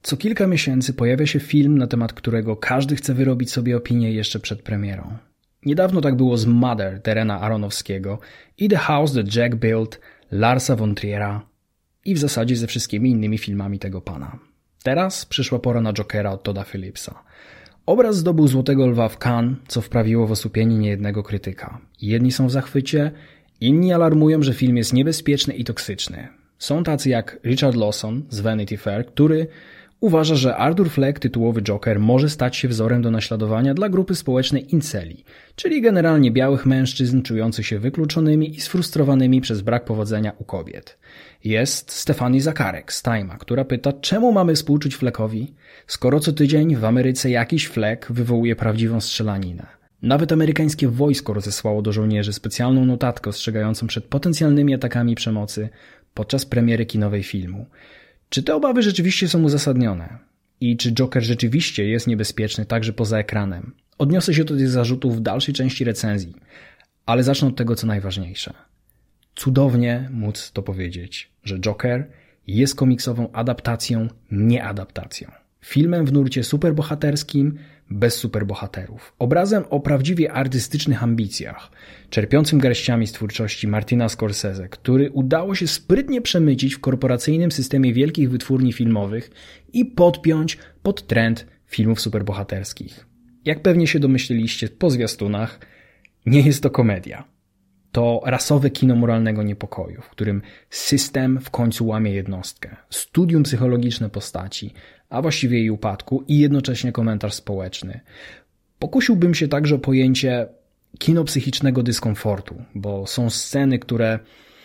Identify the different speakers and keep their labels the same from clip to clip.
Speaker 1: Co kilka miesięcy pojawia się film, na temat którego każdy chce wyrobić sobie opinię jeszcze przed premierą. Niedawno tak było z Mother Darrena Aronofskiego i The House That Jack Built Larsa von Triera i w zasadzie ze wszystkimi innymi filmami tego pana. Teraz przyszła pora na Jokera od Todda Phillipsa. Obraz zdobył Złotego Lwa w Cannes, co wprawiło w osłupienie niejednego krytyka. Jedni są w zachwycie, inni alarmują, że film jest niebezpieczny i toksyczny. Są tacy jak Richard Lawson z Vanity Fair, który uważa, że Arthur Fleck, tytułowy Joker, może stać się wzorem do naśladowania dla grupy społecznej inceli, czyli generalnie białych mężczyzn czujących się wykluczonymi i sfrustrowanymi przez brak powodzenia u kobiet. Jest Stefani Zakarek z Time'a, która pyta, czemu mamy współczuć Fleckowi, skoro co tydzień w Ameryce jakiś Fleck wywołuje prawdziwą strzelaninę. Nawet amerykańskie wojsko rozesłało do żołnierzy specjalną notatkę ostrzegającą przed potencjalnymi atakami przemocy podczas premiery kinowej filmu. Czy te obawy rzeczywiście są uzasadnione? I czy Joker rzeczywiście jest niebezpieczny także poza ekranem? Odniosę się do tych zarzutów w dalszej części recenzji, ale zacznę od tego, co najważniejsze. Cudownie móc to powiedzieć, że Joker jest komiksową adaptacją, nie adaptacją. Filmem w nurcie superbohaterskim, bez superbohaterów. Obrazem o prawdziwie artystycznych ambicjach, czerpiącym garściami z twórczości Martina Scorsese, który udało się sprytnie przemycić w korporacyjnym systemie wielkich wytwórni filmowych i podpiąć pod trend filmów superbohaterskich. Jak pewnie się domyśliliście po zwiastunach, nie jest to komedia. To rasowe kino moralnego niepokoju, w którym system w końcu łamie jednostkę, studium psychologiczne postaci, a właściwie jej upadku i jednocześnie komentarz społeczny. Pokusiłbym się także o pojęcie kino psychicznego dyskomfortu, bo są sceny, które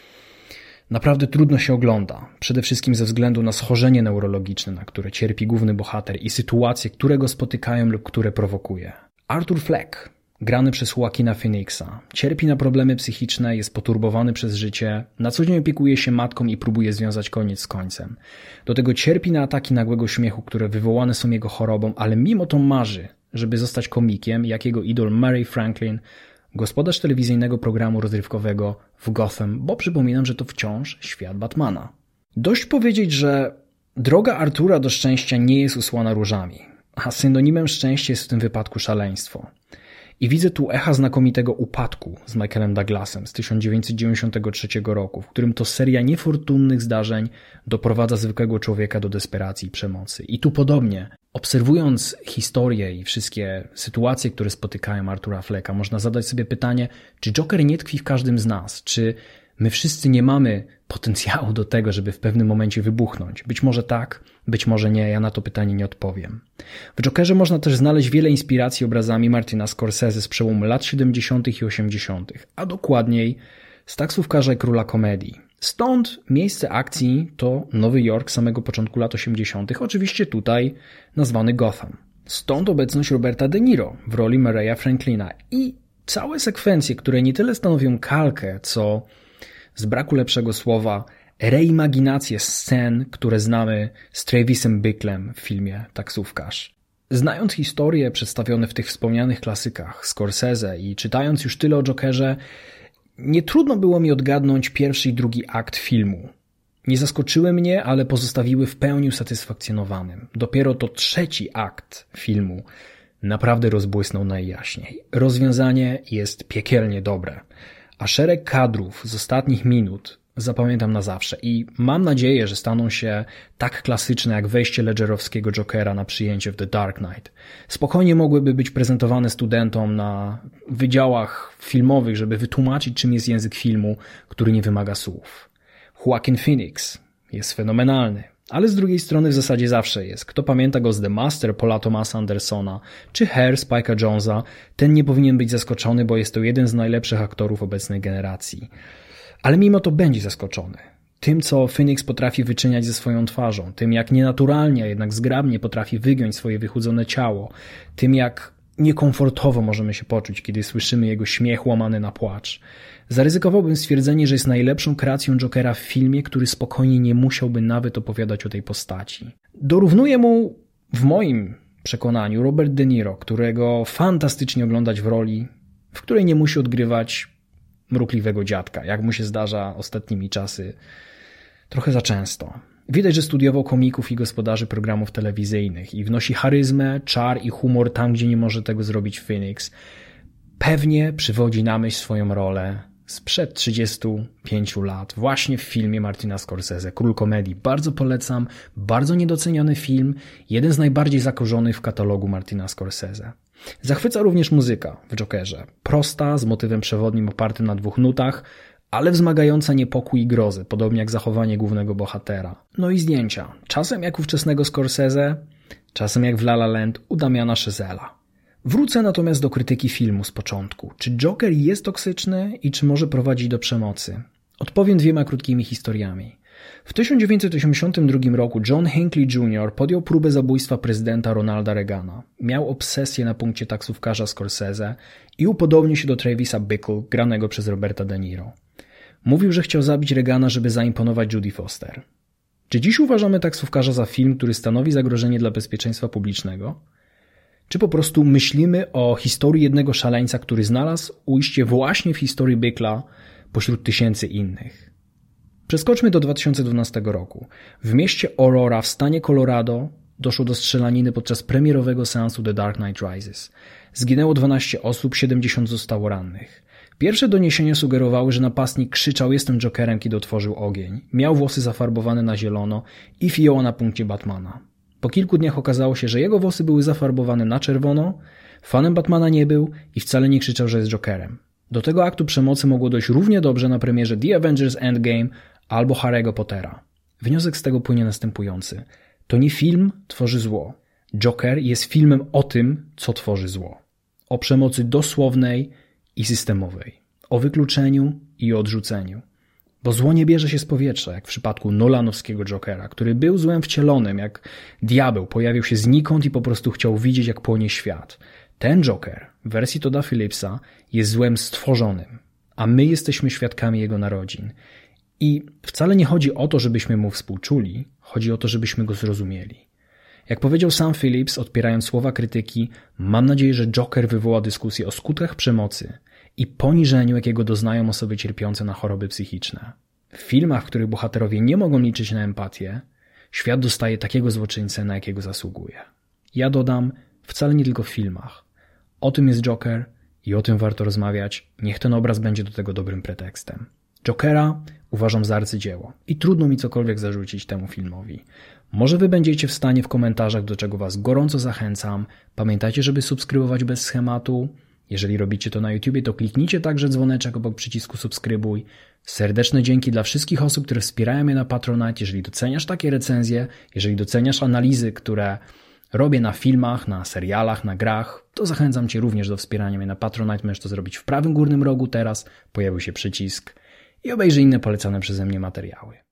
Speaker 1: naprawdę trudno się ogląda, przede wszystkim ze względu na schorzenie neurologiczne, na które cierpi główny bohater i sytuacje, które go spotykają lub które prowokuje. Arthur Fleck, grany przez Joaquina Phoenixa, cierpi na problemy psychiczne, jest poturbowany przez życie, na co dzień opiekuje się matką i próbuje związać koniec z końcem. Do tego cierpi na ataki nagłego śmiechu, które wywołane są jego chorobą, ale mimo to marzy, żeby zostać komikiem, jak jego idol Murray Franklin, gospodarz telewizyjnego programu rozrywkowego w Gotham, bo przypominam, że to wciąż świat Batmana. Dość powiedzieć, że droga Artura do szczęścia nie jest usłana różami, a synonimem szczęścia jest w tym wypadku szaleństwo. I widzę tu echa znakomitego Upadku z Michaelem Douglasem z 1993 roku, w którym to seria niefortunnych zdarzeń doprowadza zwykłego człowieka do desperacji i przemocy. I tu podobnie, obserwując historię i wszystkie sytuacje, które spotykają Artura Flecka, można zadać sobie pytanie, czy Joker nie tkwi w każdym z nas? Czy my wszyscy nie mamy potencjału do tego, żeby w pewnym momencie wybuchnąć? Być może tak, być może nie, ja na to pytanie nie odpowiem. W Jokerze można też znaleźć wiele inspiracji obrazami Martina Scorsese z przełomu lat 70. i 80., a dokładniej z Taksówkarza i Króla Komedii. Stąd miejsce akcji to Nowy Jork samego początku lat 80., oczywiście tutaj nazwany Gotham. Stąd obecność Roberta De Niro w roli Murraya Franklina i całe sekwencje, które nie tyle stanowią kalkę, co z braku lepszego słowa reimaginację scen, które znamy z Travisem Bicklem w filmie Taksówkarz. Znając historie przedstawione w tych wspomnianych klasykach Scorsese i czytając już tyle o Jokerze, nie trudno było mi odgadnąć pierwszy i drugi akt filmu. Nie zaskoczyły mnie, ale pozostawiły w pełni usatysfakcjonowanym. Dopiero to trzeci akt filmu naprawdę rozbłysnął najjaśniej. Rozwiązanie jest piekielnie dobre, a szereg kadrów z ostatnich minut zapamiętam na zawsze i mam nadzieję, że staną się tak klasyczne jak wejście ledgerowskiego Jokera na przyjęcie w The Dark Knight. Spokojnie mogłyby być prezentowane studentom na wydziałach filmowych, żeby wytłumaczyć, czym jest język filmu, który nie wymaga słów. Joaquin Phoenix jest fenomenalny, ale z drugiej strony w zasadzie zawsze jest. Kto pamięta go z The Master Paula Thomasa Andersona czy Hair Spike'a Jonesa, ten nie powinien być zaskoczony, bo jest to jeden z najlepszych aktorów obecnej generacji. Ale mimo to będzie zaskoczony. Tym, co Phoenix potrafi wyczyniać ze swoją twarzą, tym jak nienaturalnie, a jednak zgrabnie potrafi wygiąć swoje wychudzone ciało, tym jak niekomfortowo możemy się poczuć, kiedy słyszymy jego śmiech łamany na płacz. Zaryzykowałbym stwierdzenie, że jest najlepszą kreacją Jokera w filmie, który spokojnie nie musiałby nawet opowiadać o tej postaci. Dorównuje mu, w moim przekonaniu, Robert De Niro, którego fantastycznie oglądać w roli, w której nie musi odgrywać mrukliwego dziadka, jak mu się zdarza ostatnimi czasy trochę za często. Widać, że studiował komików i gospodarzy programów telewizyjnych i wnosi charyzmę, czar i humor tam, gdzie nie może tego zrobić Phoenix. Pewnie przywodzi na myśl swoją rolę sprzed 35 lat, właśnie w filmie Martina Scorsese, Król Komedii. Bardzo polecam, bardzo niedoceniony film, jeden z najbardziej zakorzonych w katalogu Martina Scorsese. Zachwyca również muzyka w Jokerze. Prosta, z motywem przewodnim opartym na 2 nutach, ale wzmagająca niepokój i grozę, podobnie jak zachowanie głównego bohatera. No i zdjęcia. Czasem jak ówczesnego Scorsese, czasem jak w La La Land u Damiana Chazella. Wrócę natomiast do krytyki filmu z początku. Czy Joker jest toksyczny i czy może prowadzić do przemocy? Odpowiem 2 krótkimi historiami. W 1982 roku John Hinckley Jr. podjął próbę zabójstwa prezydenta Ronalda Reagana. Miał obsesję na punkcie taksówkarza Scorsese i upodobnił się do Travisa Bickle, granego przez Roberta De Niro. Mówił, że chciał zabić Reagana, żeby zaimponować Jodie Foster. Czy dziś uważamy taksówkarza za film, który stanowi zagrożenie dla bezpieczeństwa publicznego? Czy po prostu myślimy o historii jednego szaleńca, który znalazł ujście właśnie w historii Bickla pośród tysięcy innych? Przeskoczmy do 2012 roku. W mieście Aurora w stanie Colorado doszło do strzelaniny podczas premierowego seansu The Dark Knight Rises. Zginęło 12 osób, 70 zostało rannych. Pierwsze doniesienia sugerowały, że napastnik krzyczał "Jestem Jokerem", kiedy otworzył ogień. Miał włosy zafarbowane na zielono i fioła na punkcie Batmana. Po kilku dniach okazało się, że jego włosy były zafarbowane na czerwono, fanem Batmana nie był i wcale nie krzyczał, że jest Jokerem. Do tego aktu przemocy mogło dojść równie dobrze na premierze The Avengers Endgame albo Harry'ego Pottera. Wniosek z tego płynie następujący. To nie film tworzy zło. Joker jest filmem o tym, co tworzy zło. O przemocy dosłownej i systemowej. O wykluczeniu i o odrzuceniu. Bo zło nie bierze się z powietrza, jak w przypadku Nolanowskiego Jokera, który był złem wcielonym, jak diabeł, pojawił się znikąd i po prostu chciał widzieć, jak płonie świat. Ten Joker w wersji Todda Phillipsa jest złem stworzonym, a my jesteśmy świadkami jego narodzin. I wcale nie chodzi o to, żebyśmy mu współczuli, chodzi o to, żebyśmy go zrozumieli. Jak powiedział sam Phillips, odpierając słowa krytyki, mam nadzieję, że Joker wywoła dyskusję o skutkach przemocy i poniżeniu, jakiego doznają osoby cierpiące na choroby psychiczne. W filmach, w których bohaterowie nie mogą liczyć na empatię, świat dostaje takiego złoczyńcę, na jakiego zasługuje. Ja dodam, wcale nie tylko w filmach. O tym jest Joker i o tym warto rozmawiać. Niech ten obraz będzie do tego dobrym pretekstem. Jokera uważam za arcydzieło i trudno mi cokolwiek zarzucić temu filmowi. Może wy będziecie w stanie w komentarzach, do czego was gorąco zachęcam. Pamiętajcie, żeby subskrybować bez schematu. Jeżeli robicie to na YouTubie, to kliknijcie także dzwoneczek obok przycisku subskrybuj. Serdeczne dzięki dla wszystkich osób, które wspierają mnie na Patronite. Jeżeli doceniasz takie recenzje, jeżeli doceniasz analizy, które robię na filmach, na serialach, na grach, to zachęcam cię również do wspierania mnie na Patronite. Możesz to zrobić w prawym górnym rogu teraz. Pojawił się przycisk i obejrzyj inne polecane przeze mnie materiały.